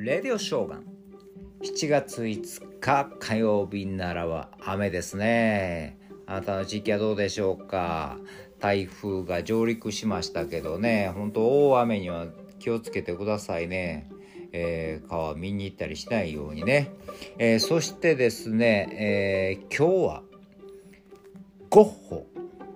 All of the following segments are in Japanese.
レディオショーガン7月5日火曜日ならは雨ですね。あなたの地域はどうでしょうか。台風が上陸しましたけどね、本当大雨には気をつけてくださいね。川見に行ったりしないようにね。そしてですね、今日はゴッホ、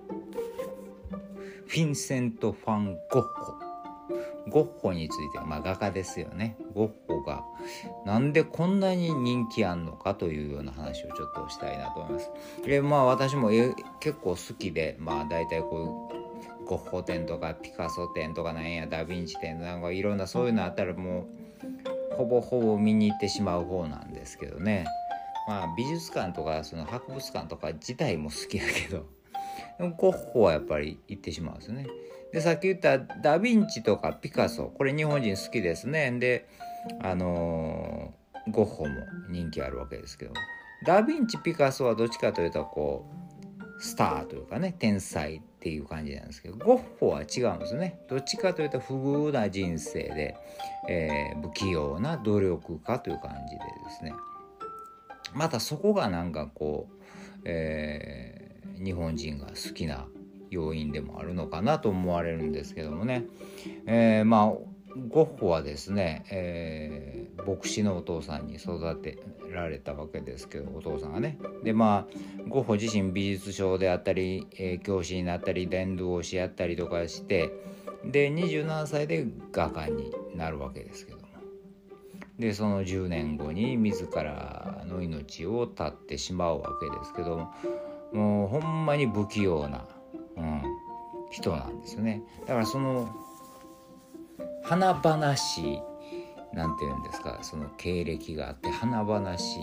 フィンセント・ファン・ゴッホについて、画家ですよね。ゴッホがなんでこんなに人気あんのかというような話をちょっとしたいなと思います。私も結構好きで、だいたいこうゴッホ展とかピカソ展とかなんやダヴィンチ展なんかいろんなそういうのあったらもうほぼほぼ見に行ってしまう方なんですけどね。美術館とかその博物館とか自体も好きだけど、ゴッホはやっぱり行ってしまうんですね。で、さっき言ったダヴィンチとかピカソ、これ日本人好きですね。で、ゴッホも人気あるわけですけど、ダヴィンチピカソはどっちかというとこうスターというかね、天才っていう感じなんですけど、ゴッホは違うんですね。どっちかというと不遇な人生で、不器用な努力家という感じでですね、またそこがなんかこう、日本人が好きな要因でもあるのかなと思われるんですけどもね。ゴッホはですね、牧師のお父さんに育てられたわけですけど、お父さんがね。でゴッホ自身美術商であったり、教師になったり伝道師やったりとかして、で27歳で画家になるわけですけども、でその10年後に自らの命を絶ってしまうわけですけどもうほんまに不器用な、人なんですよね。だからその華々しいなんていうんですか、その経歴があって華々しい、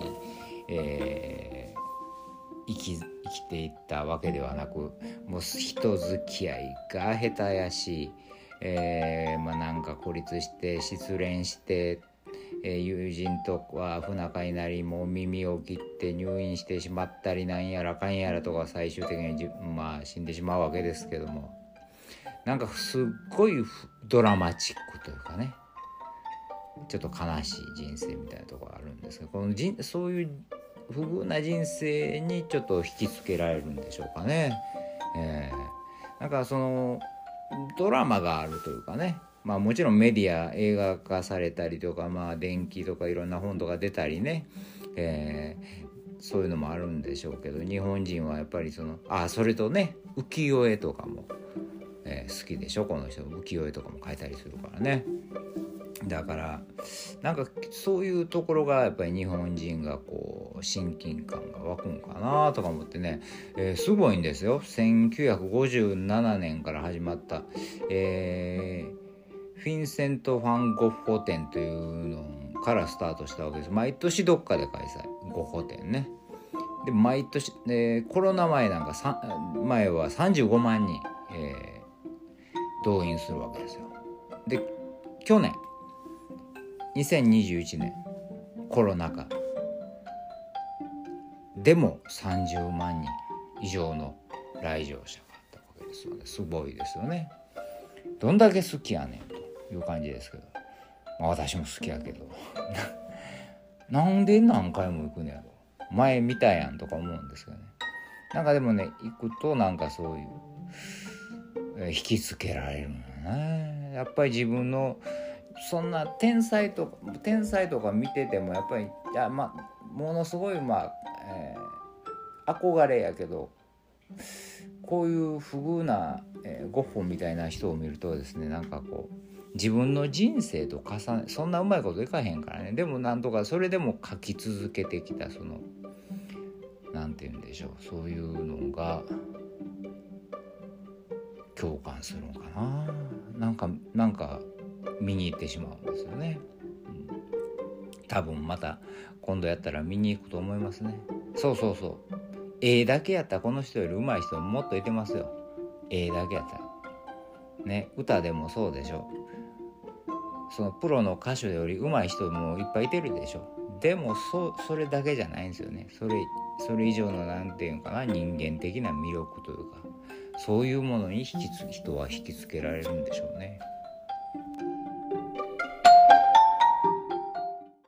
生きていったわけではなく、もう人付き合いが下手やし、なんか孤立して失恋して、友人とは不仲になり、もう耳を切って入院してしまったりなんやらかんやらとか最終的に死んでしまうわけですけども、なんかすっごいドラマチックというかね、ちょっと悲しい人生みたいなところあるんですけど、そういう不遇な人生にちょっと引きつけられるんでしょうかね。なんかそのドラマがあるというかね、もちろんメディア映画化されたりとか、電気とかいろんな本とか出たりね、そういうのもあるんでしょうけど、日本人はやっぱりそれとね、浮世絵とかも、好きでしょ。この人浮世絵とかも描いたりするからね。だからなんかそういうところがやっぱり日本人がこう親近感が湧くんかなとか思ってね、すごいんですよ。1957年から始まった、フィンセント・ファン・ゴッホ展というのからスタートしたわけです。毎年どっかで開催、ゴッホ展ね。で毎年、コロナ前なんか前は35万人、動員するわけですよ。で去年2021年コロナ禍でも30万人以上の来場者があったわけですよね。すごいですよね。どんだけ好きやねんという感じですけど、私も好きやけどなんで何回も行くねやろ、前見たやんとか思うんですけどね。なんかでもね、行くとなんかそういう、引きつけられるのね。やっぱり自分のそんな天才とか見ててもやっぱりものすごい憧れやけど、こういう不遇な、ゴッホみたいな人を見るとですね、なんかこう自分の人生と重ね、そんなうまいこといかへんからね。でもなんとかそれでも描き続けてきたそのなんて言うんでしょう、そういうのが共感するのかな。なんか見に行ってしまうんですよね。多分また今度やったら見に行くと思いますね。そうだけやったらこの人より上手い人もっといてますよ。だけやったらね、歌でもそうでしょ。そのプロの歌手より上手い人もいっぱいいてるでしょ。でもそれだけじゃないんですよね。それ以上のなんていうかな、人間的な魅力というか、そういうものに人は引きつけられるんでしょうね。